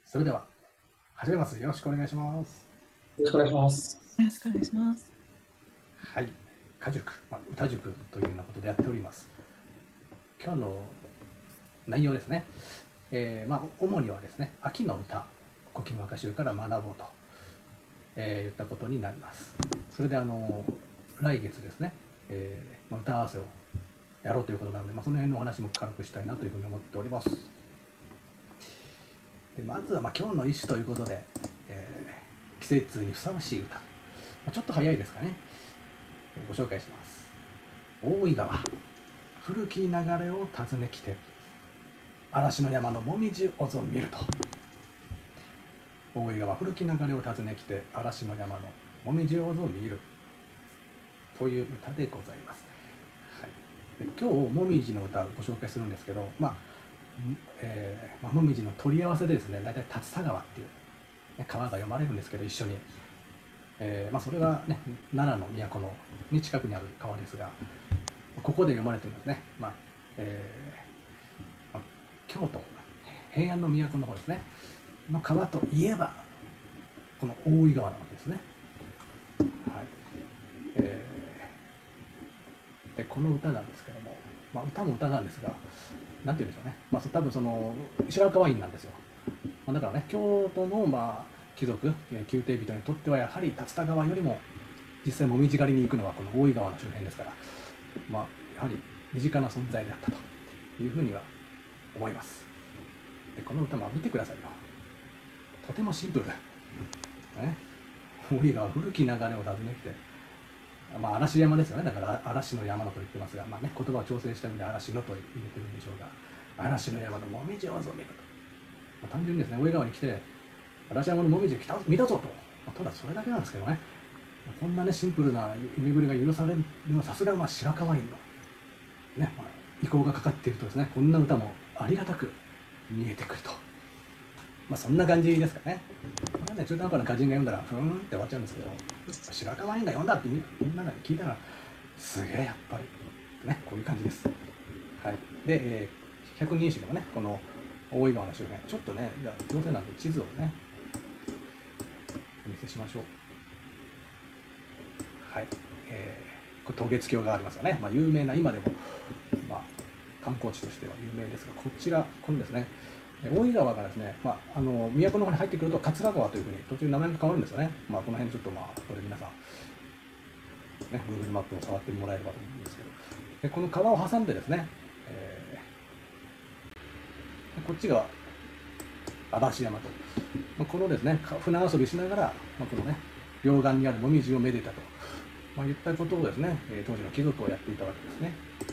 それでは始めます。よろしくお願いします。 よろしくお願いします。 よろしくお願いします。 はい、歌塾、歌塾というようなことでやっております。今日の内容ですね。主にはですね、秋の歌、古今和歌集から学ぼうと、言ったことになります。それで来月ですね、歌合わせをやろうということなので、その辺のお話も軽くしたいなというふうに思っております。でまずは今日の一首ということで、季節にふさわしい歌、ちょっと早いですかね、ご紹介します。大井川、古き流れを訪ねきて、嵐の山のもみじをぞ見ると。大井川、古き流れを訪ねきて、嵐の山のもみじをぞ見るという歌でございます。はい、で今日もみじの歌をご紹介するんですけど、もみじの取り合わせでですね、大体竜田川っていう、川が読まれるんですけど、一緒に、それはね、奈良の都のに近くにある川ですが、ここで読まれてるんですね。京都平安の都の方ですねの川といえばこの大井川なわけですね。はい。でこの歌なんですけども、歌も歌なんですが、なんて言うんでしょうね。多分その白河院なんですよ。だからね、京都の貴族、宮廷人にとってはやはり竜田川よりも実際もみじ狩りに行くのはこの大井川の周辺ですから、やはり身近な存在であったというふうには思います。でこの歌も見てくださいよ。とてもシンプル。大井川、古き流れを訪ねて、嵐山ですよね。だから嵐の山のと言ってますが、言葉を調整した意味で嵐のと入れてるんでしょうが、嵐の山のもみじをぞ見ると。単純にですね、大井川に来て、嵐山のもみじを見たぞと。ただそれだけなんですけどね。こんなね、シンプルな巡りが許されるのはさすが白河院の、意向がかかっているとですね、こんな歌もありがたく見えてくると。そんな感じですかね。中途半端な歌人が読んだら、ふーんって終わっちゃうんですけど、白河院が読んだってみんなが聞いたら、すげえやっぱり、こういう感じです。はい。で、百人一首でもね、この大井川の周辺、ちょっとね、どうせなんで地図をね、お見せしましょう。はい。これ渡月橋がありますよね。有名な、今でも、観光地としては有名ですが、こちら、これですね、大井川がですね、都の方に入ってくると桂川というふうに途中名前が変わるんですよね。この辺ちょっとこれ皆さん、Google マップを触ってもらえればと思うんですけど、でこの川を挟んでですね、こっちが嵐山と、このですね、船遊びしながら、このね、両岸にあるもみじをめでたと、いったことをですね、当時の貴族をやっていたわけですね。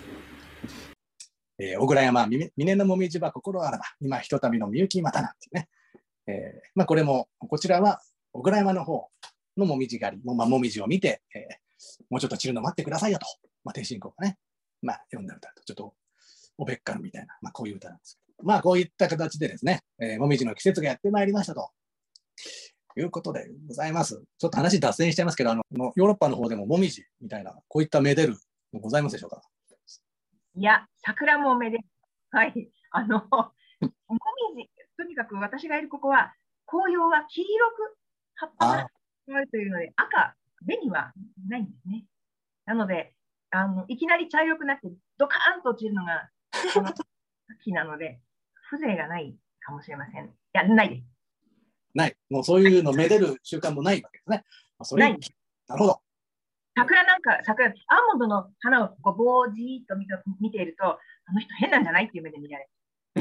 小倉山、峰のもみじは心あらば、今ひとたびのみゆきまたなんていうね。これも、こちらは小倉山の方のもみじ狩り、もみじを見て、もうちょっと散るの待ってくださいよと、天心公がね、読んだ歌と、ちょっとおべっかるみたいな、こういう歌なんですけど、こういった形でですね、もみじの季節がやってまいりましたということでございます。ちょっと話脱線しちゃいますけど、ヨーロッパの方でももみじみたいな、こういっためでるのございますでしょうか。 いや、桜もめでる。はい。もみじ、とにかく私がいるここは、紅葉は黄色く葉っぱがあるというので、赤、紅はないんですね。なので、いきなり茶色くなって、ドカーンと落ちるのが、この秋なので、風情がないかもしれません。いや、ないです。 ない。もうそういうのめでる習慣もないわけですね。 ない。 なるほど。 桜、アーモンドの花をぼーじーっと見ていると、あの人変なんじゃないっていう目で見られる。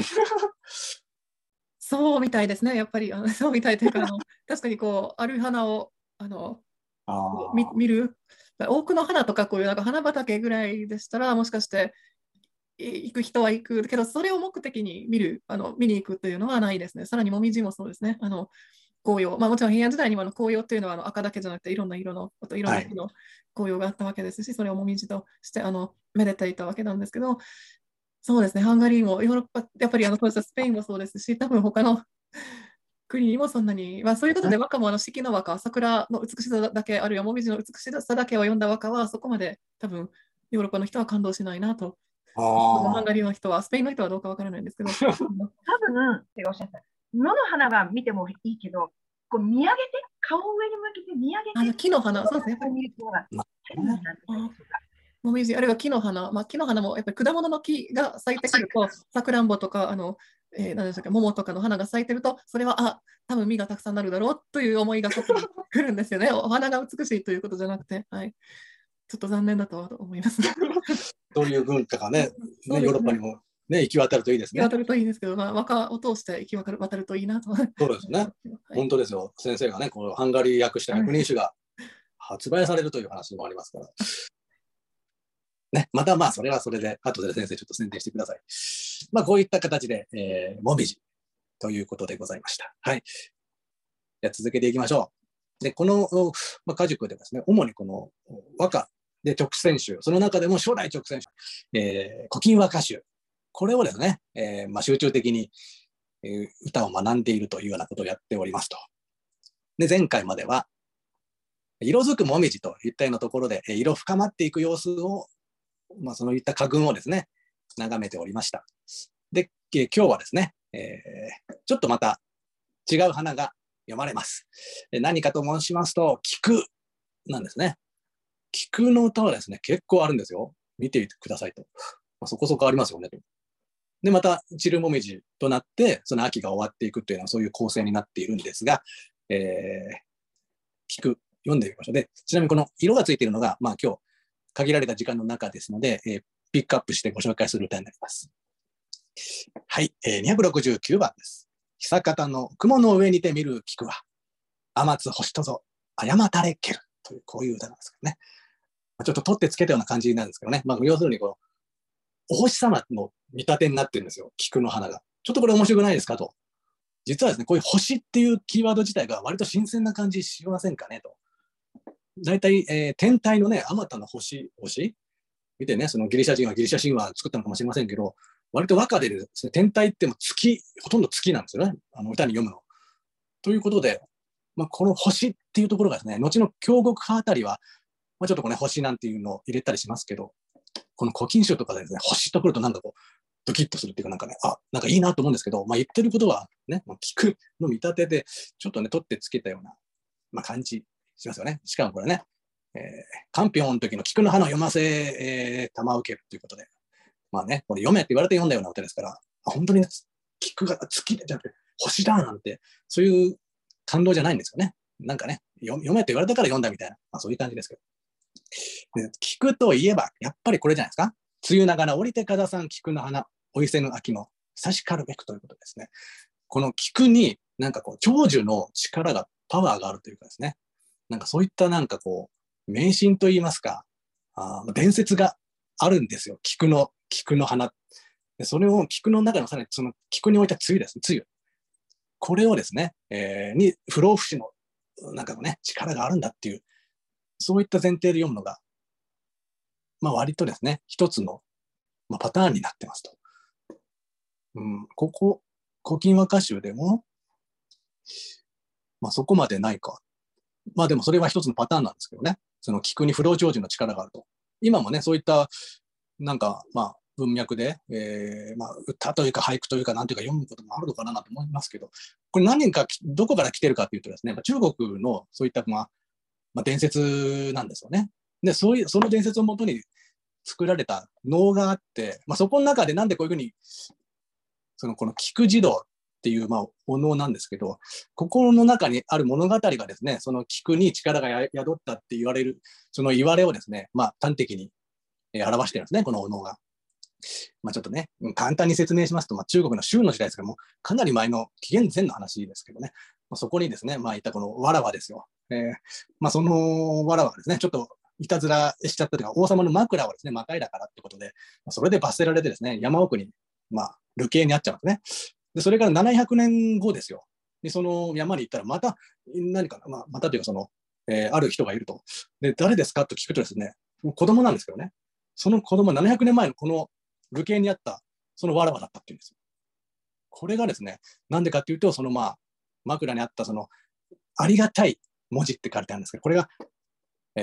そうみたいですね、やっぱり。そうみたいというか、確かにある花を見る。多くの花とか、こういう花畑ぐらいでしたら、もしかして行く人は行くけど、それを目的に見に行くというのはないですね。さらにもみじもそうですね。紅葉、もちろん平安時代にも紅葉というのは赤だけじゃなくていろんな色のいろんな色の紅葉があったわけですし、それをもみじとしてめでていたわけなんですけど、そうですね、ハンガリーもヨーロッパ、やっぱりそうですスペインもそうですし、多分他の国にもそんなに、そういうことで和歌も四季の和歌、桜の美しさだけ、あるいはもみじの美しさだけを読んだ和歌は、そこまで多分ヨーロッパの人は感動しないなと。ハンガリーの人は、スペインの人はどうかわからないんですけど。 多分、っておっしゃった。 野の花が見てもいいけど、こう見上げて、顔を上に向けて見上げて、 木の花、そうですね。やっぱり見るのが変なんていうか。 もみじ、あるいは木の花、木の花もやっぱり果物の木が咲いてくると、さくらんぼとか、何でしたっけ、桃とかの花が咲いてると、それは、多分実がたくさんなるだろうという思いがそこに来るんですよね。お花が美しいということじゃなくて、はい。ちょっと残念だとは思います。 そういう文化がね、ヨーロッパにもね、行き渡るといいですね。 行き渡るといいですけど、和歌を通して行き渡るといいなと。 そうですね。本当ですよ。先生がね、このハンガリー訳した百人一首が発売されるという話もありますから。ね、またそれはそれで、後で先生ちょっと宣伝してください。こういった形で、もみじということでございました。はい。じゃあ続けていきましょう。で、この、歌塾でですね、主にこの和歌で直選集、その中でも初代直選集、古今和歌集、これをですね、集中的に、歌を学んでいるというようなことをやっておりますと。で、前回までは、色づくもみじといったようなところで、色深まっていく様子を、そういった家群をですね、眺めておりました。で、今日はですね、ちょっとまた違う花が読まれます。何かと申しますと、菊なんですね。菊の歌はですね、結構あるんですよ。見ていてくださいと。そこそこありますよねと。で、また散るもみじとなって、その秋が終わっていくというのはそういう構成になっているんですが、菊、読んでみましょう。で、ちなみにこの色がついているのが、今日限られた時間の中ですので、ピックアップしてご紹介する歌になります。はい、269番です。久方の雲の上にて見る菊は、天津星とぞ、あやまたれけるという、こういう歌なんですけどね。ちょっと取ってつけたような感じなんですけどね。要するにこの、お星様の見立てになってるんですよ、菊の花が。ちょっとこれ面白くないですかと。実はですね、こういう星っていうキーワード自体が割と新鮮な感じしませんかねと。大体、天体のね、あまたの星見てね、そのギリシャ人はギリシャ神話を作ったのかもしれませんけど、割と和歌でですね、天体っても月、ほとんど月なんですよね。歌に読むの。ということで、この星っていうところがですね、後の京極派あたりは、ちょっとこの星なんていうのを入れたりしますけど、この古今集とかでですね、星とくるとなんかこう、ドキッとするっていうかなんかね、なんかいいなと思うんですけど、言ってることはね、菊の見立てで、ちょっとね、取ってつけたような、感じしますよね。しかもこれね、カンピョンの時の菊の花を読ませ、玉受けるということで、これ読めって言われて読んだような歌ですから、本当に菊が月じゃなくて星だなんて、そういう感動じゃないんですよね。なんかね、読めって言われたから読んだみたいな、そういう感じですけど。で菊といえば、やっぱりこれじゃないですか。梅雨ながら降りてかださん菊の花、お伊勢の秋の久しかるべくということですね。この菊になんかこう、長寿の力が、パワーがあるというかですね。なんかそういったなんかこう、迷信といいますか、伝説があるんですよ。菊の花。でそれを菊の中のさらにその菊に置いた梅雨ですね。梅雨。これをですね、に不老不死のなんかね、力があるんだっていう、そういった前提で読むのが、割とですね、一つの、パターンになってますと。ここ、古今和歌集でも、そこまでないか。でもそれは一つのパターンなんですけどね。その菊に不老長寿の力があると。今もね、そういった、なんか、文脈で、歌というか俳句というか、なんていうか読むこともあるのかなと思いますけど、これ何年か、どこから来てるかというとですね、中国のそういった、伝説なんですよね。で、その伝説をもとに作られた能があって、そこの中でなんでこういうふうに、この菊児童っていう、お能なんですけど、ここの中にある物語がですね、その菊に力が宿ったって言われる、その言われをですね、端的に表してるんですね、このお能が。ちょっとね、簡単に説明しますと、中国の周の時代ですけども、かなり前の紀元前の話ですけどね、そこにですね、いったこのわらわですよ。そのわらわがですね、ちょっといたずらしちゃったというか、王様の枕をですね、またいだからってことで、それで罰せられてですね、山奥に、流刑にあっちゃうんですね。で、それから700年後ですよ。で、その山に行ったら、また、何かな、またというか、ある人がいると。で、誰ですかと聞くとですね、子供なんですけどね、その子供は700年前のこの流刑にあった、そのわらわだったっていうんですよ。これがですね、なんでかっていうと、枕にあった、ありがたい文字って書かれてあるんですけど、これが、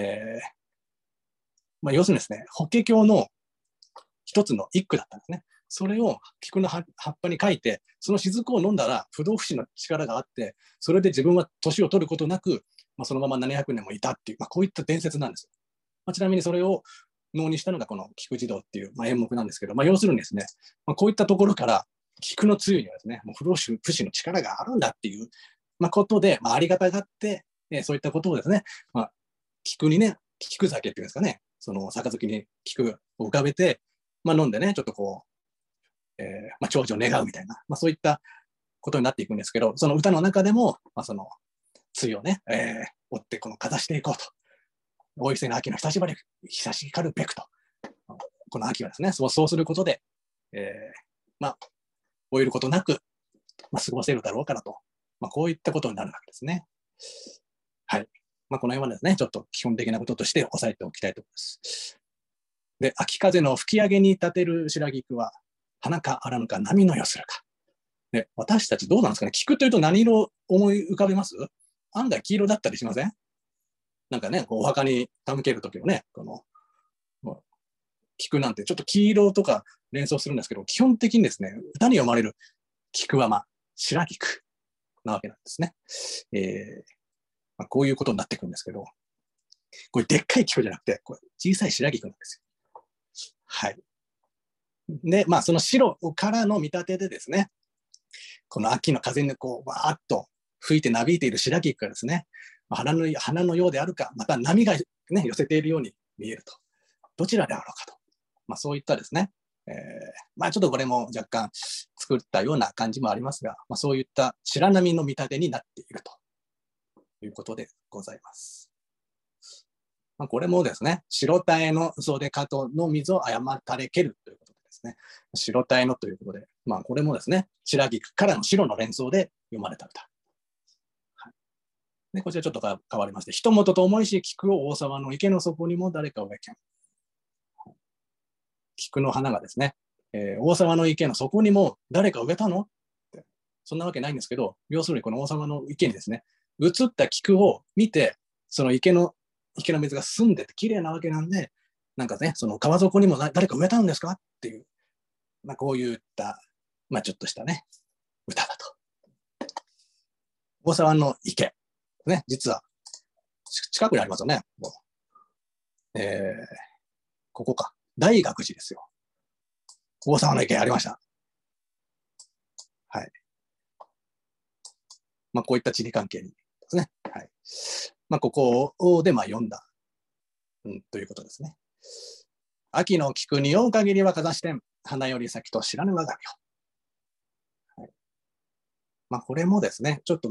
要するにですね、法華経の一つの一句だったんですね。 それを菊の葉っぱに書いて、その雫を飲んだら不動不死の力があって、それで自分は年を取ることなく、そのまま700年もいたっていう、こういった伝説なんですよ。ちなみにそれを能にしたのがこの菊慈童っていう、演目なんですけど、要するにですね、こういったところから菊の露にはですね、もう不老不死の力があるんだっていう、ことで、ありがたがって、そういったことをですね、菊にね、菊酒っていうんですかね、その杯に菊を浮かべて、飲んでね、ちょっとこう、長寿を願うみたいな、そういったことになっていくんですけど、その歌の中でも、その露をね、追ってこのかざしていこうと。大伊勢の秋の久しかるべくと。この秋はですね、そうすることで、老いることなく、過ごせるだろうからと。こういったことになるわけですね。はい。この辺はですね、ちょっと基本的なこととして押さえておきたいと思います。で、秋風の吹き上げに立てる白菊は、花かあらぬか波のよするか。で、私たちどうなんですかね。菊というと何色を思い浮かべます？案外黄色だったりしません？なんかね、お墓に手向けるときのね、この、菊なんてちょっと黄色とか連想するんですけど、基本的にですね、歌に読まれる菊は白菊なわけなんですね。こういうことになってくるんですけど、これでっかい菊じゃなくて、これ小さい白菊なんですよ。はい。で、その白からの見立てでですね、この秋の風にこう、わーっと吹いてなびいている白菊がですね、花のようであるか、また波が、ね、寄せているように見えると。どちらであろうかと。そういったですね、ちょっとこれも若干作ったような感じもありますが、そういった白波の見立てになっているということでございます。これもですね、白鯛の袖かとの水を誤たれけるということでですね、白鯛のということで、これもですね、白菊からの白の連想で読まれた歌。でこちらちょっと変わりまして、一言と思いし菊を大沢の池の底にも誰か植えけん。菊の花がですね、大沢の池の底にも誰か植えたのって、そんなわけないんですけど、要するにこの大沢の池にですね、映った菊を見て、その池の水が澄んでて綺麗なわけなんで、なんかね、その川底にも誰か植えたんですかっていう、こういった、ちょっとしたね、歌だと。大沢の池。ね、実は近くにありますよね。ここか。大覚寺ですよ。大沢の池ありました。はい。こういった地理関係にですね。はい。ここで読んだ、ということですね。秋の菊に酔う限りはかざしてん、花より先と知らぬ我が身を。はい。これもですね、ちょっと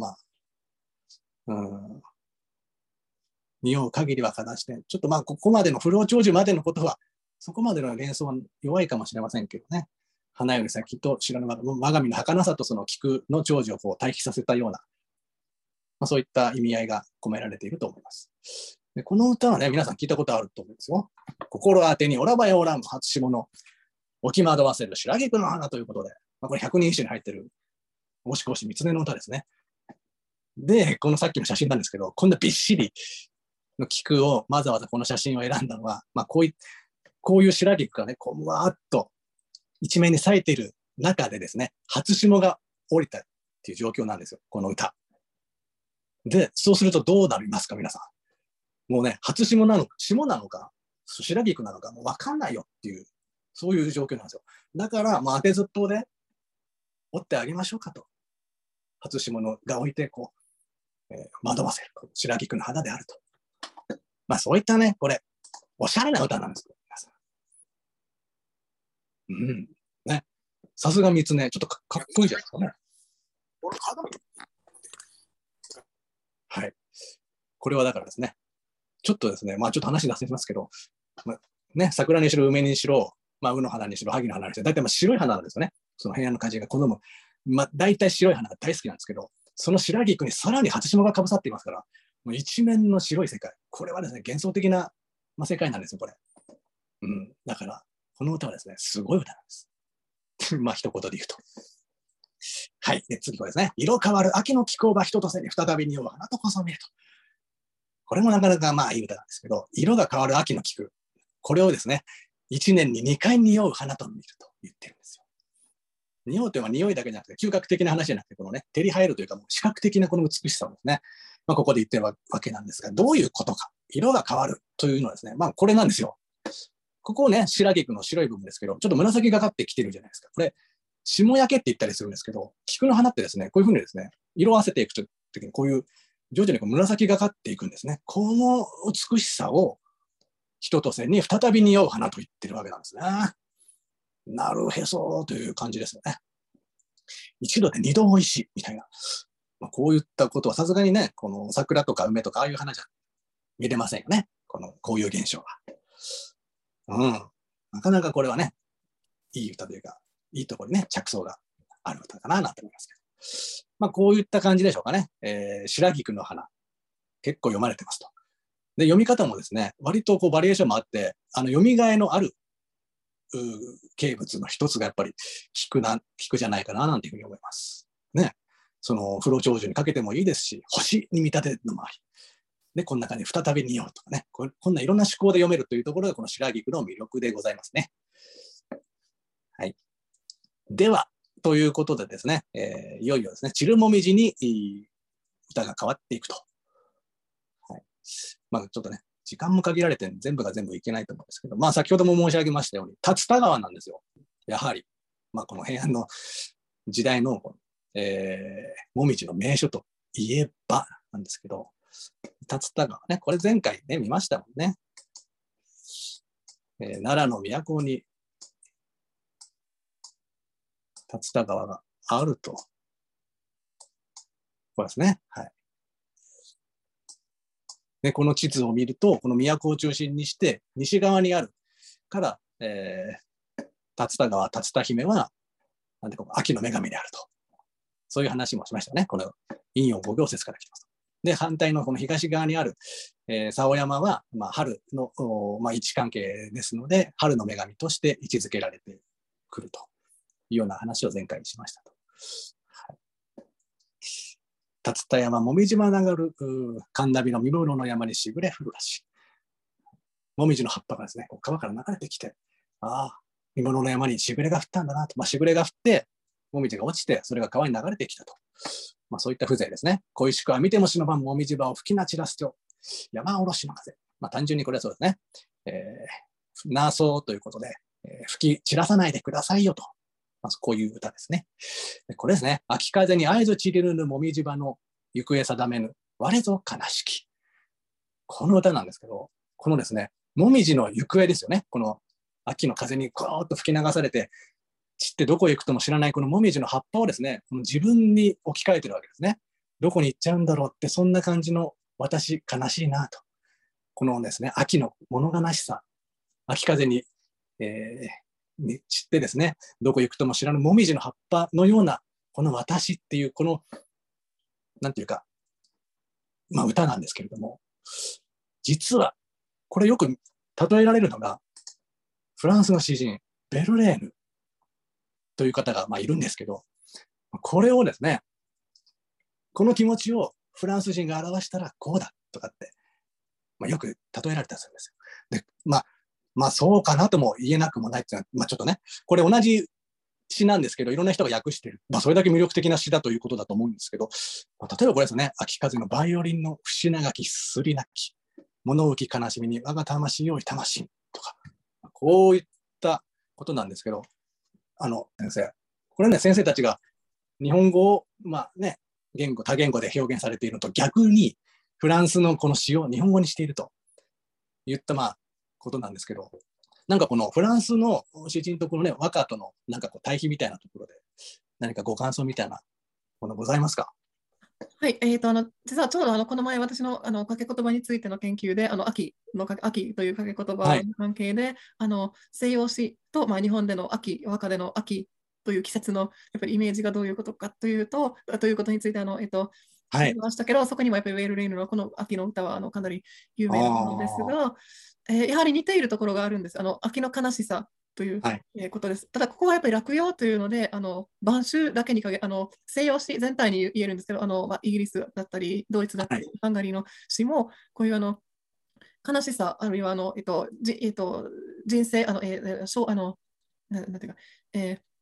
匂う限りはかざして、ちょっとここまでの不老長寿までのことは、そこまでの連想は弱いかもしれませんけどね。花より先と知らぬ我が身の儚さとその菊の長寿をこう対比させたような、そういった意味合いが込められていると思います。でこの歌はね、皆さん聞いたことあると思うんですよ。心当てにおらばやおらん初霜の置き惑わせる白菊の花ということで、これ百人一首に入ってる押し越し三つ音の歌ですね。で、このさっきの写真なんですけど、こんなびっしりの菊をわざわざこの写真を選んだのは、こういう白菊がね、こうわーっと一面に咲いている中でですね、初霜が降りたっていう状況なんですよ、この歌。で、そうするとどうなりますか、皆さん。もうね、初霜なのか、霜なのか、白菊なのか、もう分かんないよっていう、そういう状況なんですよ。だから、当てずっぽうで折ってあげましょうかと。初霜が置いて、こう、惑わせる、白菊の花であると。そういったね、これ、おしゃれな歌なんですよ、皆さん。ね。さすが三つね、ちょっとかっこいいじゃないですかね。はい。これはだからですね、ちょっとですね、ちょっと話脱線しますけど、ね、桜にしろ、梅にしろ、卯の花にしろ、萩の花にしろ、大体白い花なんですよね。その平安の感じが好む。大体白い花が大好きなんですけど、その白菊にさらに初霜がかぶさっていますから、もう一面の白い世界。これはですね、幻想的な、世界なんですよ、これ。だから、この歌はですね、すごい歌なんです。一言で言うと。はい。で、次これですね。色変わる秋の気候が人とせに再び匂う花とこそ見ると。これもなかなかいい歌なんですけど、色が変わる秋の菊。これをですね、1年に2回匂う花と見ると言ってるんですよ。 匂うというのは匂いだけじゃなくて、嗅覚的な話じゃなくて、このね、照り入るというか、もう視覚的なこの美しさをですね、まあ、ここで言ってるわけなんですが、どういうことか。色が変わるというのはですね、まあ、これなんですよ。ここをね、白菊の白い部分ですけど、ちょっと紫がかってきてるじゃないですか。これ、霜焼けって言ったりするんですけど、菊の花ってですね、こういうふうにですね、色あせていくときに、こういう徐々にこう紫がかっていくんですね。この美しさを人と線に再び匂う花と言ってるわけなんですね。なるへそという感じですよね。一度で二度美味しいみたいな。まあ、こういったことはさすがにね、この桜とか梅とかああいう花じゃ見れませんよね。こういう現象は。うん。なかなかこれはね、いい歌というか、いいところにね、着想がある歌かなと思いますけど。まあ、こういった感じでしょうかね。白菊の花。結構読まれてますと。で、読み方もですね、割とこうバリエーションもあって、読みがえのある景物の一つがやっぱり菊じゃないかななんていうふうに思います。ね。その風呂長寿にかけてもいいですし、星に見立てるのもあり。で、こんな感じで再び匂うとかね、こんないろんな趣向で読めるというところがこの白菊の魅力でございますね。はい。では、ということでですね、いよいよですね、散るもみじに歌が変わっていくと。はい。まあちょっとね、時間も限られて全部が全部いけないと思うんですけど、まあ先ほども申し上げましたように、竜田川なんですよ。やはり、まあこの平安の時代の、もみじの名所といえばなんですけど、竜田川ね、これ前回ね、見ましたもんね。奈良の都に竜田川があると。これですね。はい。で、この地図を見ると、この都を中心にして、西側にあるから、竜田川、竜田姫は、なんていうか、秋の女神であると。そういう話もしましたね。この陰陽五行説から来てます。で、反対のこの東側にある、竿山は、まあ、春の、まあ、位置関係ですので、春の女神として位置づけられてくるというような話を前回にしましたと。はい、竜田山、もみじま流る、神田日の見室の山にしぐれ降るらしい。もみじの葉っぱがですね、川から流れてきて、ああ、見室の山にしぐれが降ったんだなと。まあ、しぐれが降って、もみじが落ちて、それが川に流れてきたと。まあ、そういった風情ですね。恋しくは見てもしのばんもみじ場を吹きな散らすと、山おろしの風。まあ、単純にこれはそうですね。なそうということで、吹き散らさないでくださいよと。まあ、こういう歌ですね。これですね。秋風に合図散りるぬもみじ場の行方定めぬ、我ぞ悲しき。この歌なんですけど、このですね、もみじの行方ですよね。この秋の風にゴーッと吹き流されて、散ってどこへ行くとも知らないこのもみじの葉っぱをですね、この自分に置き換えてるわけですね。どこに行っちゃうんだろうって、そんな感じの私、悲しいなと。このですね、秋の物悲しさ、秋風に、散ってですね、どこ行くとも知らぬもみじの葉っぱのような、この私っていう、この、なんていうか、まあ歌なんですけれども、実は、これよく例えられるのが、フランスの詩人、ベルレーヌという方がまあいるんですけど、これをですね、この気持ちをフランス人が表したらこうだとかって、まあ、よく例えられたりするんですよ。で、まあそうかなとも言えなくもないっていうのは、まあちょっとね、これ同じ詩なんですけど、いろんな人が訳している。まあそれだけ魅力的な詩だということだと思うんですけど、まあ、例えばこれですね、秋風のバイオリンの節長きすすり泣き、物浮き悲しみに我が魂よい魂とか、こういったことなんですけど、先生、これね、先生たちが日本語を、まあね、多言語で表現されているのと逆に、フランスのこの詩を日本語にしているといったまあことなんですけど、なんかこのフランスの詩人とこのね、和歌とのなんかこう対比みたいなところで、何かご感想みたいなものございますか？ はい、実はちょうどこの前、私の掛け言葉についての研究で、秋という掛け言葉の関係で、西洋詩と、まあ、日本での秋、和歌での秋という季節のやっぱりイメージがどういうことかということについてはい。 言いましたけど、そこにもやっぱりウェールレイヌのこの秋の歌はかなり有名なものですが、やはり似ているところがあるんです。秋の悲しさということです。ただ、ここはやっぱり落葉というので、晩秋だけに西洋詩全体に言えるんですけど、まあ、イギリスだったり、ドイツだったり、ハンガリーの詩も、こういう悲しさ、あるいは人生、なんていうか、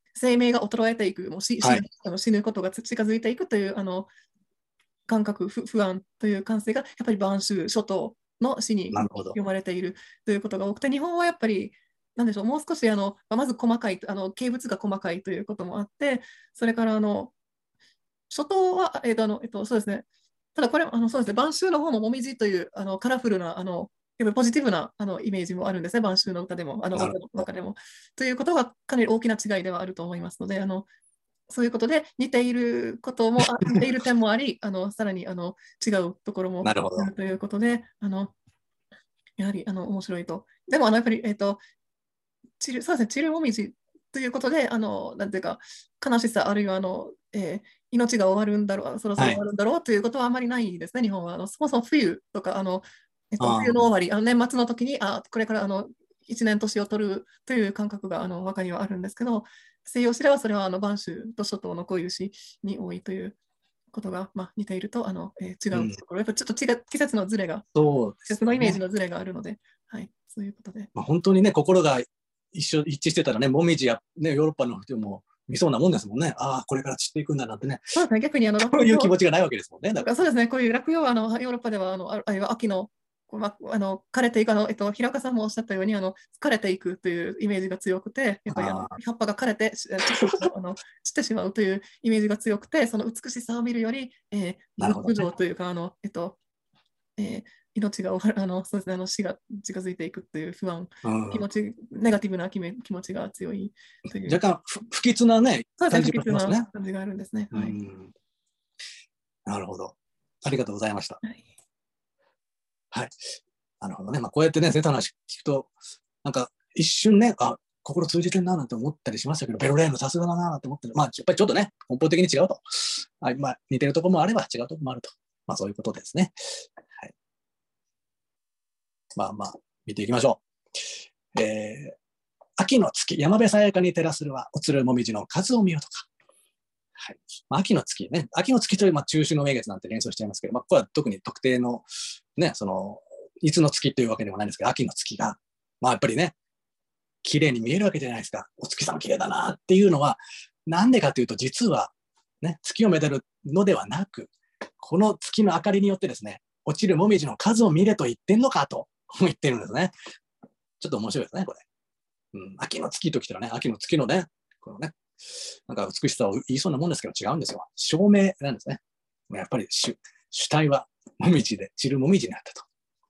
生命が衰えていく、もうはい。 死ぬことが近づいていくという感覚、不安という感性が、やっぱり晩秋、初冬の詩になるほど。 読まれているということが多くて、日本はやっぱり、なんでしょう、もう少しまず細かい、形物が細かいということもあって、それから初冬は、そうですね、ただこれ、そうですね、晩秋の方ももみじというカラフルな、やっぱりポジティブなイメージもあるんですね、晩秋の歌でも、歌のなるほど。 中でも。ということがかなり大きな違いではあると思いますので、そういうことで似ていることも、似ている点もあり、さらに違うところもなるほど。 あるということで、やはり面白いと。でも、やっぱり、そうですね、チルもみじということで、なんていうか、悲しさ、あるいは命が終わるんだろう、そろそろ終わはい。 るんだろうということはあまりないですね、日本は。そもそも冬とか、冬の終あわり、年末の時に、これから1年年を取るという感覚が和歌にはあるんですけど、西洋史ではそれは晩秋と初冬の固有詩に多いということが、似ていると違うん。 うところ、やっぱちょっと違う季節のズレが、 そうで季節のイメージすね。 のズレがあるので、はい、そういうことで。 本当にね、心が一致してたらね、もみじや、ね、ヨーロッパの人も見そうなもんですもんね。ああ、これから散っていくんだなんてね。 そうですね、逆にそういう気落葉持ちがないわけですもんね。だからね。 とかそうですね、こういう落葉はヨーロッパではあるいは秋の枯れていく平岡さんもおっしゃったように枯れていくというイメージが強くて、やっぱりああ、 葉っぱが枯れて散ってしまうというイメージが強くて、その美しさを見るより、無なるほどね。 情というかえー命が終わるそうですね、死が近づいていくという不安、 うん。 ネガティブな気持ちが強いという、 若干不吉なね、 そうですね、 感じ不吉ながしますね。 感じがあるんですね。 うはい。 ん。なるほど。ありがとうございました。 はい。 はい。なるほどね。こうやってね、生徒の話聞くと、なんか一瞬ね、心通じてんななんて思ったりしましたけど、ベロレーヌさすがだななんて思ってる。やっぱりちょっとね、根本的に違うと。はい、似てるところもあれば違うところもあると。そういうことですね。はい。見ていきましょう。秋の月、山辺さやかに照らするは、おつるもみじの数を見よとか。はい。秋の月ね。秋の月という、中秋の名月なんて連想しちゃいますけど、これは特に特定の、ね、いつの月というわけでもないんですけど、秋の月が、やっぱりね、綺麗に見えるわけじゃないですか。お月様綺麗だなっていうのは、なんでかというと、実は、ね、月をめでるのではなく、この月の明かりによってですね、落ちるもみじの数を見れと言ってんのかと言ってるんですね。ちょっと面白いですね、これ。秋の月ときたらね、秋の月のね、このね、なんか美しさを言いそうなもんですけど違うんですよ。照明なんですね。やっぱり主体はもみじで、散るもみじになったと。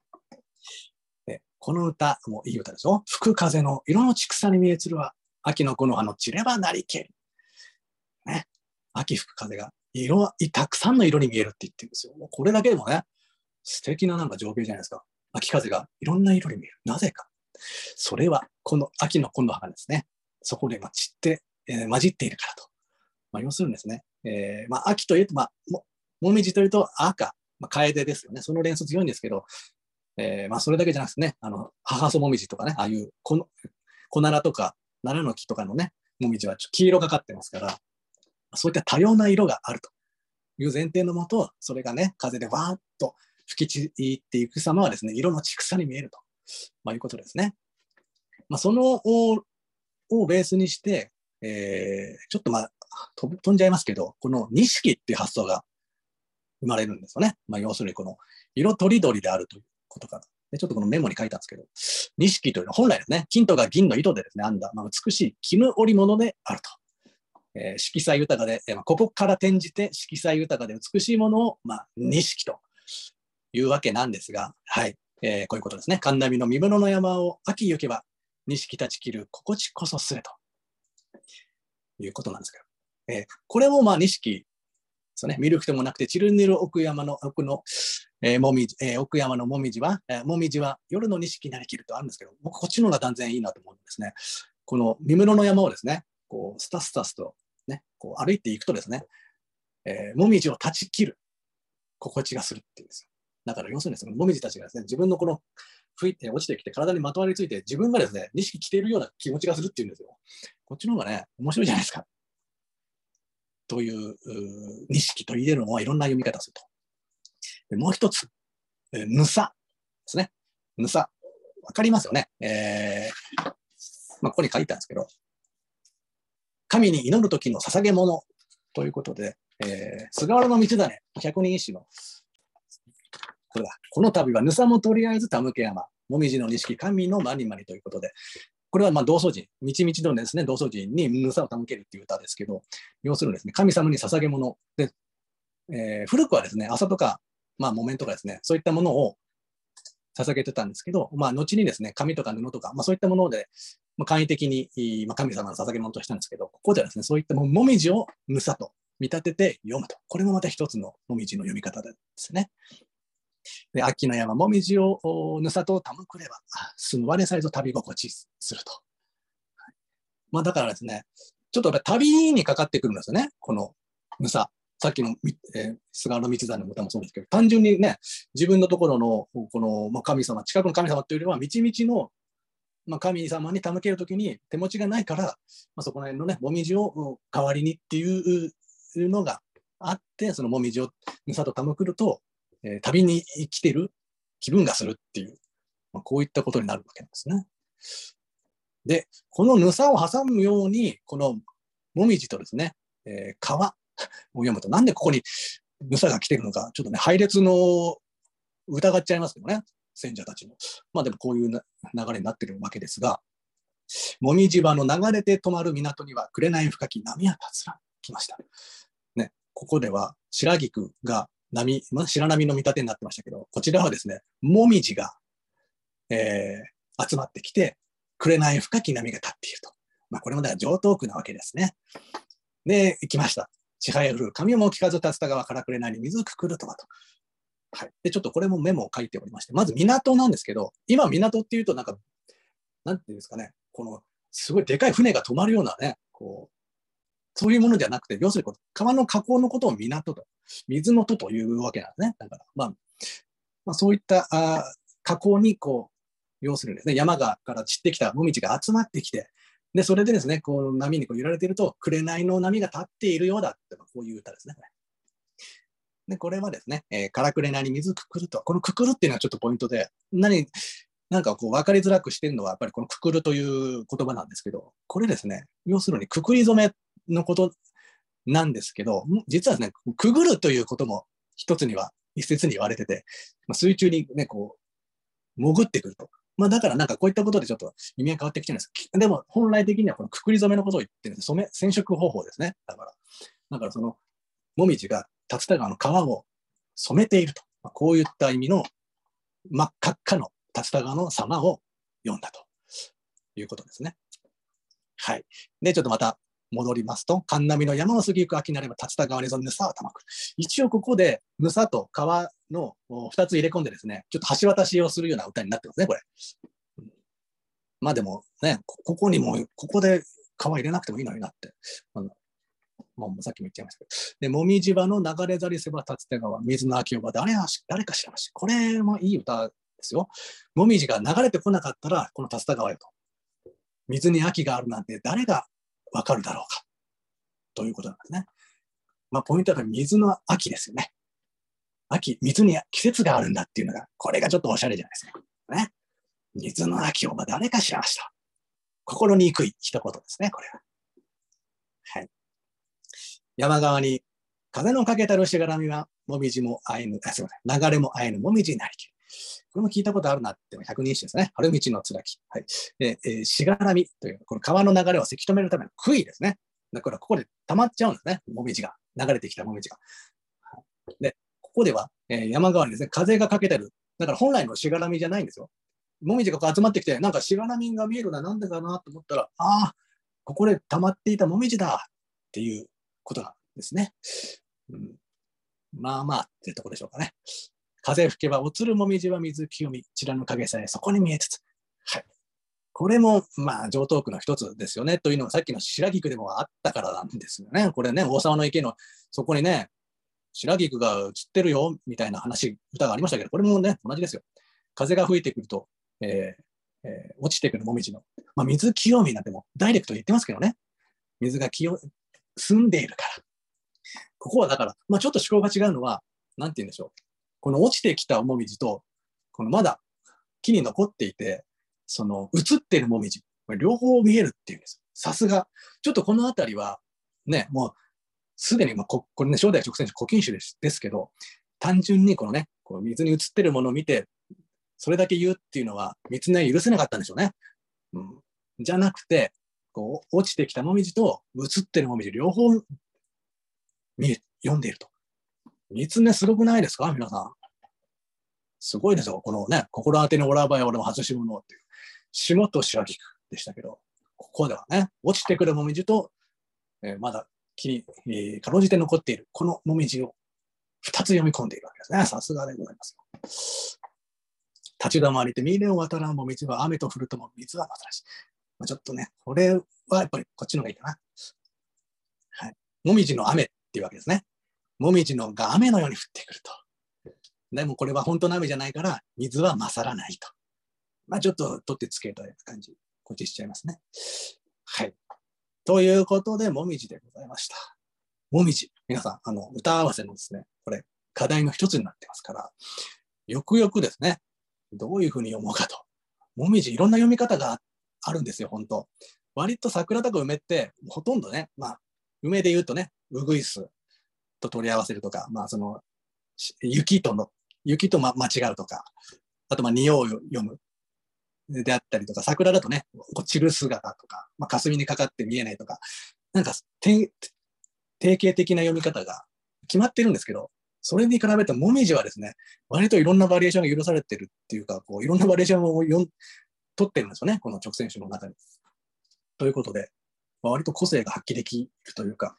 この歌もいい歌ですよ。吹く風の色のちくさに見えつるは、秋の木の葉の散ればなりけり。ね。秋吹く風がたくさんの色に見えるって言ってるんですよ。これだけでもね、素敵ななんか情景じゃないですか。秋風がいろんな色に見える。なぜか。それは、この秋の木の葉がですね、そこで散って、混じっているからと。要するにですね、秋というと、もみじというと赤、楓ですよね。その連想強いんですけど、それだけじゃなくてね、母そもみじとかね、ああいう小奈良とか奈良の木とかのね、もみじは黄色がかってますから、そういった多様な色があるという前提のもと、それがね、風でわーっと吹き散っていく様はですね、色のちくさに見えると、いうことですね。そのをベースにして、ちょっと飛んじゃいますけど、この錦っていう発想が生まれるんですよね。要するにこの色とりどりであるということから。でちょっとこのメモに書いたんですけど、錦というのは本来ですね、金とか銀の糸でですね、編んだ、美しい絹織物であると。色彩豊かで、ここから転じて色彩豊かで美しいものを、錦というわけなんですが、はい、こういうことですね。神波の見室の山を秋行けば、錦立ち切る心地こそすれということなんですけど、これも錦ですね。見る人もなくて、散るぬる奥山の奥の、もみじ、奥山のもみじは、もみじは夜の錦なりきるとあるんですけど、僕こっちの方が断然いいなと思うんですね。この見室の山をですね、こうスタスタスとね、こう歩いていくとですね、もみじを断ち切る心地がするっていうんですよ。だから要するにそのもみじたちがですね、自分のこの吹いて落ちてきて体にまとわりついて自分がですね、錦着ているような気持ちがするっていうんですよ。こっちの方がね、面白いじゃないですか。という錦と言えるのはいろんな読み方をすると。でもう一つ、ぬさですね。ぬさ。わかりますよね。ここに書いたんですけど、 神に祈る時の捧げ物ということで、菅原道真、百人一首の、これだ。この度は、ぬさもとりあえずたむけ山、もみじの錦、神のまにまにということで、これはまあ同窓人、みちみちのですね、同窓人にぬさをたむけるっていう歌ですけど、要するにですね、神様に捧げ物で、古くはですね、朝とか、まあ木綿とかですね、そういったものを捧げてたんですけど、まあ後にですね、紙とか布とか、まあそういったもので、まあ、簡易的に、まあ、神様の捧げ物としたんですけど、ここではですね、そういったもみじをぬさと見立てて読むと。これもまた一つのもみじの読み方ですね。で、秋の山もみじをぬさとたむくれば、住む我さえぞ旅心地すると。はい、まあだからですね、ちょっと旅にかかってくるんですよね、このぬさ。さっきの、菅原道真の歌もそうですけど、単純にね、自分のところの、この、まあ、神様、近くの神様というよりは、みちみちの、まあ、神様に手向けるときに手持ちがないから、まあ、そこら辺のね、もみじを代わりにっていうのがあって、そのもみじをぬさと手向くると、旅に来てる気分がするっていう、まあ、こういったことになるわけなんですね。で、このぬさを挟むように、このもみじとですね、川を読むと、なんでここにぬさが来てるのか、ちょっとね、配列の疑っちゃいますけどね、選者たちも。まあでもこういう流れになってるわけですが、もみじ場の流れて止まる港には、紅深き波が立つら来ました。ね、ここでは白菊が波、白波の見立てになってましたけど、こちらはですね、もみじが、集まってきて、紅深き波が立っていると。まあこれもだから常套句なわけですね。で、来ました。支配降る神も聞かず立つた川から紅に水くくるとはと。はい。で、ちょっとこれもメモを書いておりまして、まず港なんですけど、今港っていうとなんか、なんていうんですかね、この、すごいでかい船が止まるようなね、こう、そういうものじゃなくて、要するに川の河口のことを港と、水のとというわけなんですね。だから、まあ、そういった河口にこう、要するにですね、山から散ってきたもみじが集まってきて、で、それでですね、こう波にこう揺られていると、紅の波が立っているようだって、こういう歌ですね。で、これはですね、からくれなに水くくると。このくくるっていうのはちょっとポイントで、なんかこう分かりづらくしてるのは、やっぱりこのくくるという言葉なんですけど、これですね、要するにくくり染めのことなんですけど、実はですね、くぐるということも一説に言われてて、まあ、水中にね、こう、潜ってくると。まあだからなんかこういったことでちょっと意味が変わってきてるんです。でも本来的にはこのくくり染めのことを言ってるんです。染色方法ですね。だからその、もみじが竜田川の川を染めていると。まあ、こういった意味の真っ赤っかの竜田川の様を読んだということですね。はい。で、ちょっとまた戻りますと、神波の山を過ぎゆく秋なれば竜田川にぬさをたまく。一応ここでぬさと川の2つ入れ込んでですね、ちょっと橋渡しをするような歌になってますね、これ。まあでもね、ここで川入れなくてもいいのになって。もうさっきも言っちゃいましたけど。で、もみじ場の流れざりせば立つ手川、水の秋葉誰か知らないし。これもいい歌ですよ。もみじが流れてこなかったら、この竜田川よと。水に秋があるなんて誰がわかるだろうか。ということなんですね。まあ、ポイントは水の秋ですよね。水に季節があるんだっていうのが、これがちょっとおしゃれじゃないですか。ね。水の秋を誰か知らました。心にくい一言ですね、これは。はい。山側に風のかけたるしがらみは、もみじも会えぬ、すみません、流れも会えぬもみじになりきる。これも聞いたことあるなって、百人一首ですね。春道のつらき。はい。しがらみという、この川の流れをせき止めるための杭ですね。だからここで溜まっちゃうんですね。もみじが。流れてきたもみじが。で、ここでは、山側にですね、風がかけてる。だから本来のしがらみじゃないんですよ。もみじがこう集まってきて、なんかしがらみが見えるな、なんでかなと思ったら、ここで溜まっていたもみじだっていうことなんですね。まあまあっていうところでしょうかね。風吹けばおつるもみじは水清み、ちらの影さえそこに見えつつ。はい。これも、まあ、常套句の一つですよね。というのがさっきの白菊でもあったからなんですよね。これね、大沢の池の、そこにね、白菊が映ってるよ、みたいな歌がありましたけど、これもね、同じですよ。風が吹いてくると、落ちてくるもみじの、まあ、水清みなんてもダイレクトに言ってますけどね。水が澄んでいるから。ここはだから、まあ、ちょっと思考が違うのは、なんて言うんでしょう。この落ちてきたもみじと、このまだ木に残っていて、その映っているもみじ、両方見えるっていうんです。 さすが。ちょっとこのあたりは、ね、もう、すでに、これね、正代直線種、古今種ですけど、単純にこのね、こう水に映ってるものを見て、それだけ言うっていうのは、三つね、許せなかったんでしょうね。じゃなくて、こう、落ちてきたもみじと映ってるもみじ、両方読んでいると。三つね、すごくないですか皆さん。すごいですよ。このね、心当てのオラバイ俺も外し物っていう。霜と白菊でしたけど、ここではね、落ちてくるもみじと、まだ木に、かろうじて残っている、このもみじを二つ読み込んでいるわけですね。さすがでございます。立ち止まりて、未練を渡らんもみじは雨と降るとも水はまたらし。ちょっとね、これはやっぱりこっちの方がいいかな。はい。もみじの雨っていうわけですね。もみじのが雨のように降ってくると。でもこれは本当の雨じゃないから、水は勝らないと。ちょっと取ってつけという感じ、こっちしちゃいますね。はい。ということで、もみじでございました。もみじ。皆さん、歌合わせのですね、これ、課題の一つになってますから、よくよくですね、どういうふうに読もうかと。もみじ、いろんな読み方があるんですよ、本当。割と桜とか梅って、ほとんどね、梅で言うとね、うぐいすと取り合わせるとか、雪と間違うとか、あと匂いを読むであったりとか、桜だとね、散る姿とか、霞にかかって見えないとか、なんか定型的な読み方が決まってるんですけど、それに比べてもみじはですね、割といろんなバリエーションが許されてるっていうか、いろんなバリエーションを取ってるんですよね、この直線種の中に。ということで、割と個性が発揮できるというか、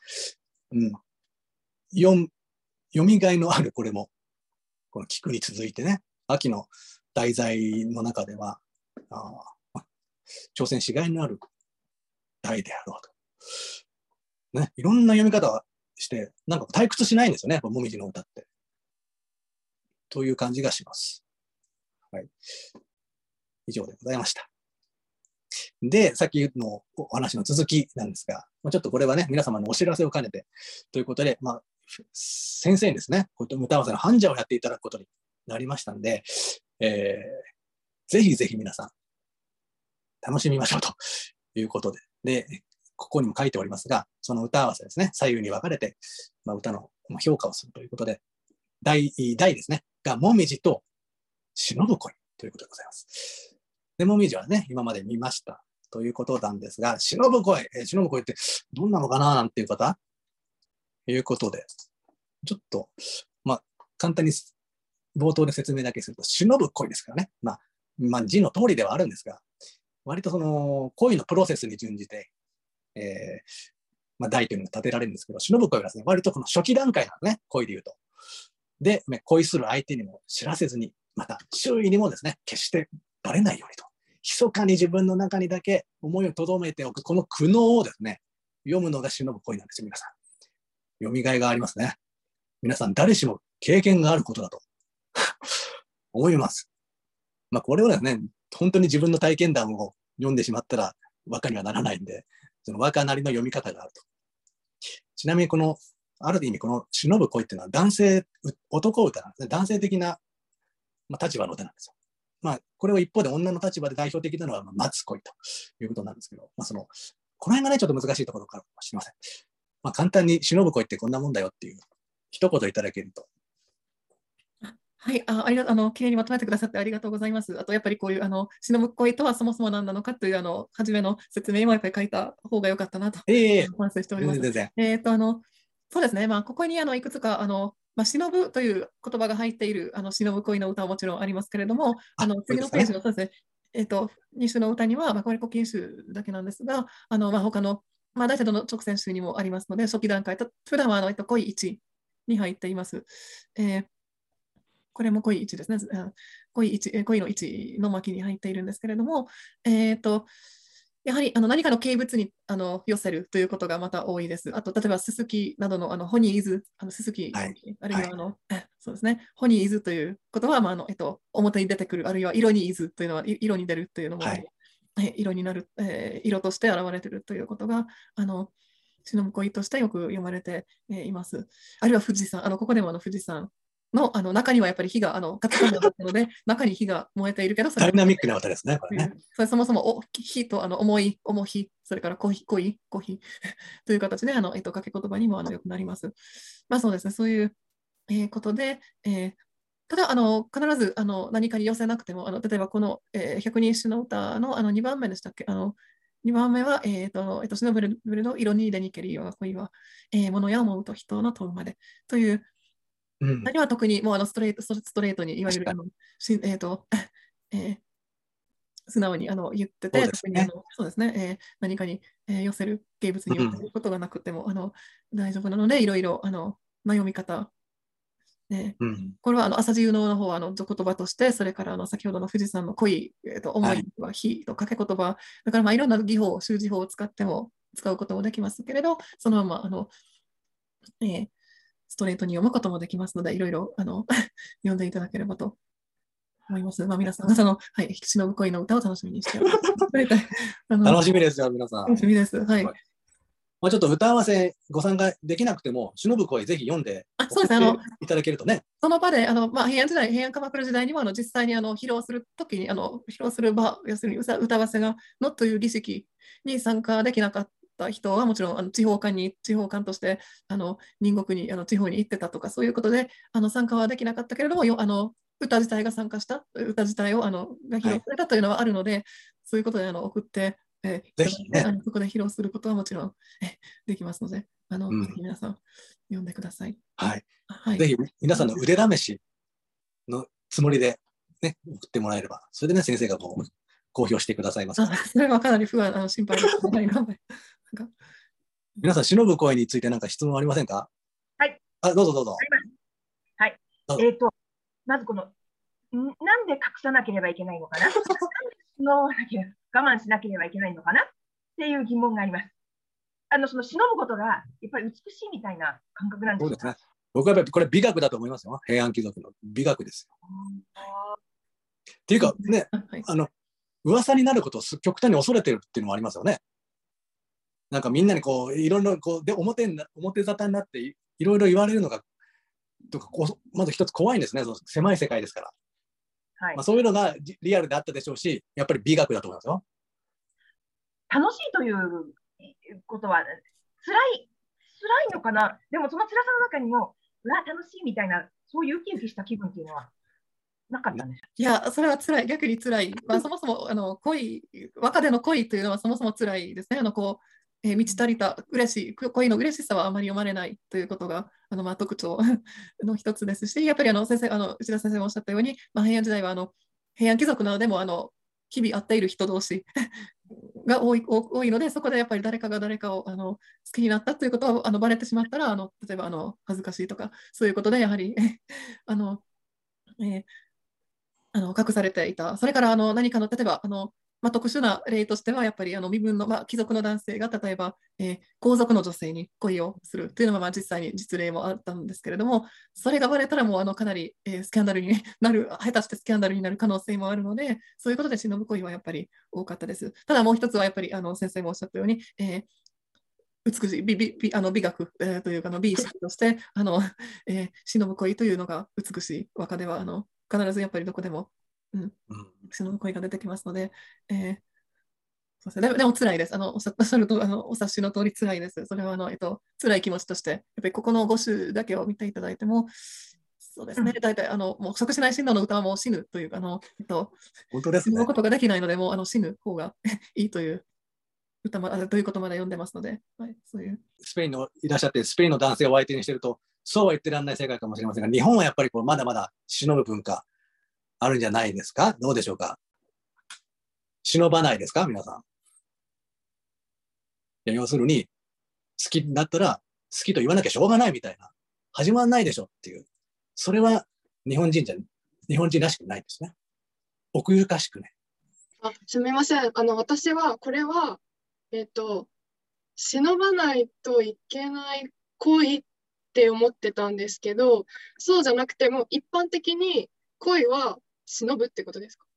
読みがいのあるこれも、この菊に続いてね、秋の題材の中では、挑戦しがいのある題であろうと。ね、いろんな読み方をして、なんか退屈しないんですよね、もみじの歌って。という感じがします。はい。以上でございました。で、さっきのお話の続きなんですが、ちょっとこれはね、皆様のお知らせを兼ねて、ということで、先生にですね、こういった歌合わせの伴者をやっていただくことになりましたんで、ぜひぜひ皆さん、楽しみましょうということで、で、ここにも書いておりますが、その歌合わせですね、左右に分かれて、歌の評価をするということで、題ですね、が、もみじと忍ぶ恋ということでございます。で、もみじはね、今まで見ましたということなんですが、忍ぶ恋ってどんなのかななんていう方ということで、ちょっと、簡単に冒頭で説明だけすると、忍ぶ恋ですからね。字の通りではあるんですが、割とその恋のプロセスに準じて、題というのが立てられるんですけど、忍ぶ恋はですね、割とこの初期段階なんですね、恋で言うと。で、恋する相手にも知らせずに、また周囲にもですね、決してバレないようにと、密かに自分の中にだけ思いを留めておく、この苦悩をですね、読むのが忍ぶ恋なんですよ、皆さん。読みがいがありますね。皆さん誰しも経験があることだと思います。これをですね、本当に自分の体験談を読んでしまったら和歌にはならないんで、その和歌なりの読み方があると。ちなみにある意味この忍ぶ恋っていうのは男歌なんですね。男性的な、立場の歌なんですよ。これを一方で女の立場で代表的なのは待つ恋ということなんですけど、この辺がね、ちょっと難しいところかもしれません。簡単に忍ぶ恋ってこんなもんだよっていう一言いただけると。 はい、きれいにまとめてくださってありがとうございます。あと、やっぱりこういう、忍ぶ恋とはそもそも何なのかという、初めの説明もやっぱり書いた方が良かったなと、反省しております。そうですね、ここにいくつか、忍ぶという言葉が入っている、忍ぶ恋の歌はもちろんありますけれども、次のページの、そうですね、2首の歌には、これ古今集だけなんですが、他の、大体どの直線集にもありますので、初期段階と、普段は恋1に入っています。これも恋1ですね。恋の1の巻に入っているんですけれども、やはり何かの形物に寄せるということがまた多いです。あと、例えば、ススキなどのホニーイズ、ススキ、 はい、 あるいはそうですね、ホニーイズということは、表に出てくる、あるいは色にイズというのは色に出るというのも、色になる、色として現れているということが、忍ぶ恋としてよく読まれています。あるいは富士山、ここでも富士山の、中にはやっぱり火が、カツカツだったので、中に火が燃えているけど、それダイナミックな歌ですね、これね。 それそもそも火と重い、重火、それから濃い、という形で、掛け言葉にもよくなります。まあそうですね、そういう、ことで、ただ、必ず何かに寄せなくても、例えばこの、百人一首の歌の2番目でしたっけ、2番目は、シノブルの色にでにけるような恋は、物や思うと人の問うまでという、何は特にもうストレートにいわゆるしえー素直に言ってて、特にそうですね、何かに、寄せる、芸物に寄せることがなくても、大丈夫なので、いろいろ読み方、これは朝地有能の方は俗言葉として、それから先ほどの富士山の恋、思いは火と掛け言葉、だからいろんな技法、習字法を使うこともできますけれど、そのままストレートに読むこともできますので、いろいろ読んでいただければと思います。まあ、皆さんが忍ぶ恋の歌を楽しみにして楽しみですよ、皆さん。 楽しみです。はい。 まあ、ちょっと歌合わせご参加できなくても、忍ぶ声ぜひ読んでいただけるとね。 その場で平安鎌倉時代には実際に披露するときに披露する場、要するに歌合わせがのという儀式に参加できなかった人はもちろん地方官として隣国に地方に行ってたとかそういうことで参加はできなかったけれども歌自体が参加した歌自体をが披露されたというのはあるので、そういうことで送ってぜひね、そこで披露することはもちろんできますので、ぜひ皆さん読んでください。 はい。ぜひ皆さんの腕試しのつもりで、ね、送ってもらえれば、それでね、先生が公表してくださいます。 それはかなり心配です。 皆さん、忍ぶ声について何か質問ありませんか？ はい。 どうぞどうぞ。 はい。まずなんで隠さなければいけないのかな我慢しなければいけないのかなっていう疑問があります。その忍ぶことがやっぱり美しいみたいな感覚なんですか？ そうですね。僕はやっぱりこれ美学だと思いますよ。平安貴族の美学ですよ。っていうかね、噂になることを極端に恐れてるっていうのもありますよね。なんかみんなにいろいろで表沙汰になっていろいろ言われるのがまず一つ怖いんですね。その狭い世界ですから。はい。そういうのがリアルであったでしょうし、やっぱり美学だと思いますよ。 楽しいということは辛いのかな。でもその辛さの中にも楽しいみたいなそういうウキウキした気分っていうのはなかったんでしょう？ いや、それは辛い、逆に辛い。そもそも和歌での恋というのはそもそも辛いですね。満ち足りた恋の嬉しさはあまり読まれないということが特徴の一つですし、やっぱり内田先生もおっしゃったように、平安時代は平安貴族などでも日々会っている人同士が多いので、そこでやっぱり誰かが誰かを好きになったということはバレてしまったら例えば恥ずかしいとかそういうことでやはり隠されていた。それから何かの例えば特殊な例としてはやっぱり身分の、貴族の男性が例えば、皇族の女性に恋をするというのは実際に実例もあったんですけれども、それがバレたらもうかなり、スキャンダルになる下手してスキャンダルになる可能性もあるので、そういうことで忍ぶ恋はやっぱり多かったです。ただもう一つはやっぱり先生もおっしゃったように、美しい美学、というか美意識として忍ぶ恋というのが美しい和歌では必ずやっぱりどこでも忍ぶ恋が出てきますので、そうですね、でも辛いです。おっしゃるとお察しの通り辛いです。それは辛い気持ちとして、やっぱりここの5首だけを見ていただいても、そうですね、大体もう即死ない神道の歌はもう死ぬというか本当ですね。 死ぬことができないので、もう死ぬ方がいいという歌ということまで読んでますので、そういうスペインのいらっしゃって、スペインの男性を相手にしてると、そうは言ってらんない世界かもしれませんが、日本はやっぱりまだまだ忍ぶ文化あるんじゃないですか？どうでしょうか？忍ばないですか皆さん？要するに、好きになったら好きと言わなきゃしょうがないみたいな、始まんないでしょっていう、それは日本人らしくないですね。奥ゆかしくね。 すみません。私はこれは忍ばないといけない恋って思ってたんですけど、そうじゃなくても一般的に恋は忍ぶってことですか？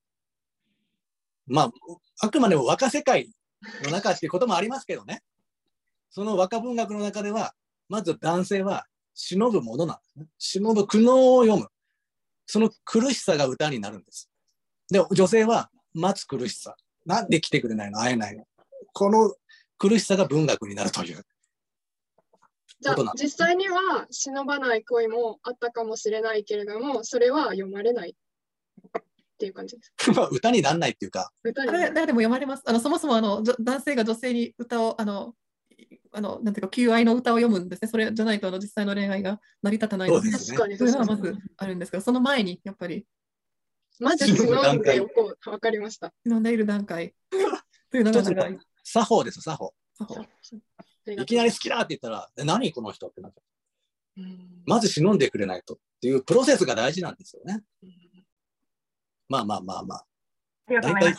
あくまでも和歌世界の中っていうこともありますけどね。その和歌文学の中ではまず男性は忍ぶものなんですね。忍ぶ苦悩を読む。その苦しさが歌になるんです。で、女性は待つ苦しさ。なんで来てくれないの、会えないの。この苦しさが文学になるという。 じゃあ実際には忍ばない恋もあったかもしれないけれども、それは読まれないっていう感じですか？ 歌にならないっていうか。 あれでも読まれます。そもそも男性が女性に歌をなんていうか求愛の歌を読むんですね。それじゃないと実際の恋愛が成り立たないので、 そういうのはまずあるんですけど、その前にやっぱりまず忍んでおこう。わかりました。 忍んでいる段階というのが長い。 作法です、作法。いきなり好きだって言ったら、何この人ってなっちゃう。まず忍んでくれないとっていうプロセスが大事なんですよね。まあ。 ありがとうございます。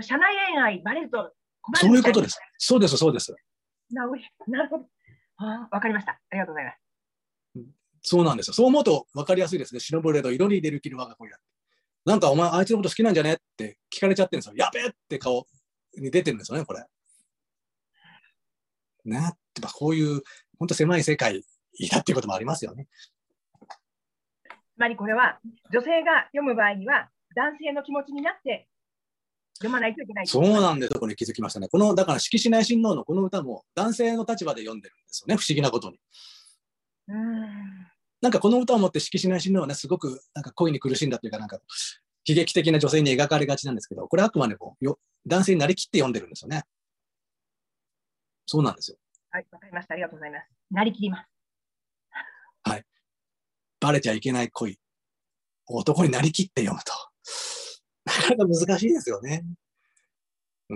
社内恋愛バレると困る。 そういうことです。そうです、そうです。 なるほど。わかりました。ありがとうございます。 そうなんですよ。そう思うと分かりやすいですね。忍ぶれど色に出る気の我が子や。なんかお前あいつのこと好きなんじゃねって聞かれちゃってるんですよ。やべえって顔に出てるんですよね、これ。ね、こういう本当狭い世界だっていうこともありますよね。 つまりこれは女性が読む場合には男性の気持ちになって読まないといけない。 そうなんです。これ気づきましたね。だから式子内親王のこの歌も男性の立場で読んでるんですよね。不思議なことに。なんかこの歌を持って式子内親王はね、すごくなんか恋に苦しんだというか、なんか悲劇的な女性に描かれがちなんですけど、これあくまで男性になりきって読んでるんですよね。そうなんですよ。 はい、わかりました。ありがとうございます。なりきります。 はい。バレちゃいけない恋。男になりきって読むと。なかなか難しいですよね。うん。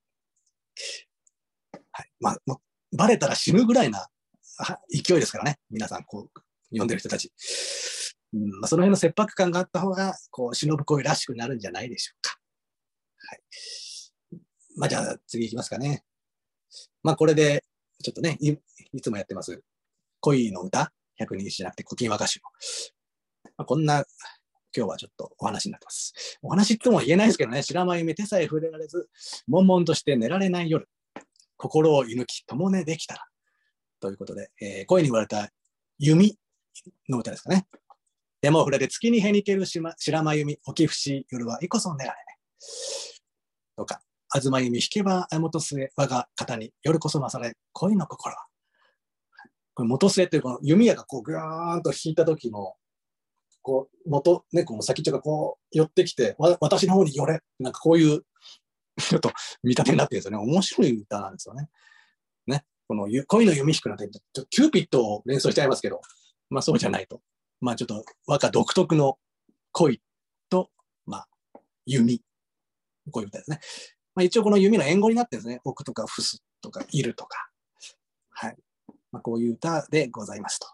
はい。まあ、バレたら死ぬぐらいな勢いですからね。皆さん、こう、読んでる人たち。その辺の切迫感があった方が、忍ぶ恋らしくなるんじゃないでしょうか。はい。じゃあ、次いきますかね。これで、ちょっとね、いつもやってます。恋の歌、百人一首じゃなくて古今和歌集の。こんな、今日はちょっとお話になってます。お話とも言えないですけどね、白間夢手さえ触れられず、悶々として寝られない夜、心を射抜き、共寝できたら。ということで、恋に言われた弓の歌ですかね。手も触れて月にへにける白間弓、起き伏し夜はいこそ寝られね。とか、東弓引けば元末我が肩に夜こそ勝れ恋の心は。これ元末というこの弓矢がこうぐーんと引いた時のこう元猫の先っちょがこう寄ってきて私の方に寄れなんかこういうちょっと見立てになってるんですよね。面白い歌なんですよね。ね、この恋の弓引くなんてちょっとキューピッドを連想しちゃいますけど、そうじゃないと。ちょっと和歌独特の恋と弓こういう歌ですね。一応この弓の援護になってるんですね。奥とか伏すとかいるとか。はい。こういう歌でございますと。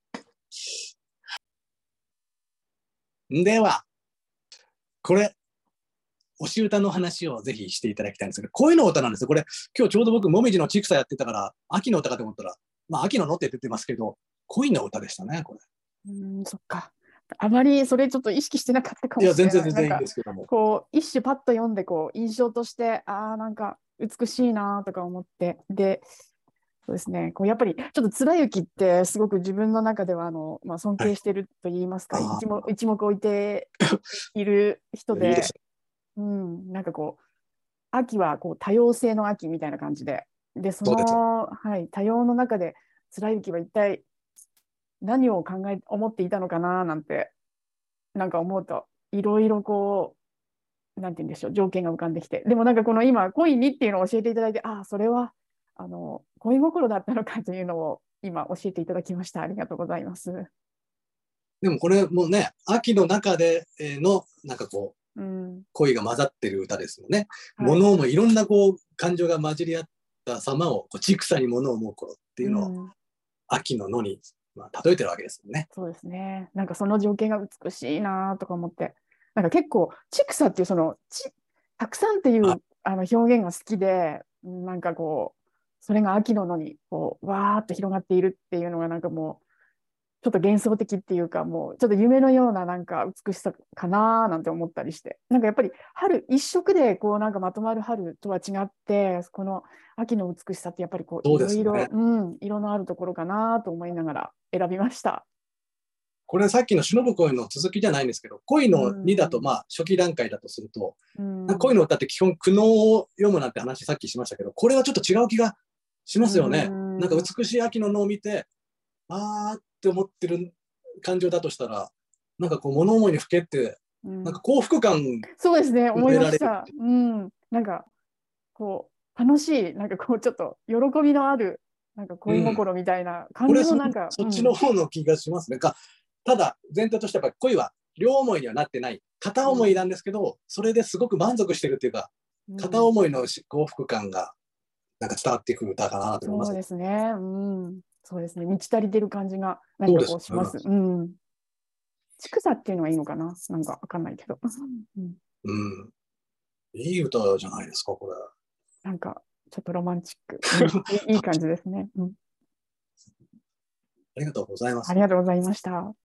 では、これ、推し歌の話をぜひしていただきたいんですけど、恋の歌なんですよ。これ、今日ちょうど僕、もみじのちくさやってたから、秋の歌かと思ったら、秋ののって出てますけど、恋の歌でしたね、これ。 そっか。あまりそれちょっと意識してなかったかもしれない。 いや、全然いいんですけども。 一首パッと読んで、印象として、なんか美しいなとか思って。で、そうですね。やっぱりちょっと貫之ってすごく自分の中では尊敬してると言いますか、一目置いている人で、なんか秋は多様性の秋みたいな感じで、その多様の中で貫之は一体何を思っていたのかななんてなんか思うといろいろなんて言うんでしょう、条件が浮かんできて、でもなんか今恋にっていうのを教えていただいて、それは恋心だったのかというのを今教えていただきました。ありがとうございます。 でもこれもね、秋の中でのなんか恋が混ざってる歌ですよね。物もいろんな感情が混じり合った様をちくさに物を思う頃っていうのを、秋の野に例えてるわけですよね。 そうですね。なんかその情景が美しいなとか思って、なんか結構ちくさっていうたくさんっていう表現が好きで、なんかそれが秋の野にわーっと広がっているっていうのがなんかもうちょっと幻想的っていうか、もうちょっと夢のようななんか美しさかななんて思ったりして、なんかやっぱり春一色でこうなんかまとまる春とは違って、この秋の美しさってやっぱりこうそういろいろ、 ですね。 色のあるところかなと思いながら選びました。 これさっきの忍ぶ恋の続きじゃないんですけど、恋の2だと、まあ、初期段階だとすると、恋の歌って基本苦悩を読むなんて話さっきしましたけど、これはちょっと違う気がしますよね。なんか美しい秋の野を見て、あーって思ってる感情だとしたら、なんかこう物思いにふけって、なんか幸福感そうですね、思いまし得らた。なんかこう楽しい、なんかこうちょっと喜びのある、なんか恋心みたいな感じのなんか、 そっちの方の気がしますね。ただ前提としてやっぱり恋は両思いにはなってない、片思いなんですけど、それですごく満足してるっていうか、片思いの幸福感がなんか伝わってくる歌かなと思います。 そうですね。そうですね。満ち足りてる感じが何かこうします。ちくさっていうのはいいのかな、なんかわかんないけど。 いい歌じゃないですか、これ。 なんかちょっとロマンチック。いい感じですね。 ありがとうございます。 ありがとうございました。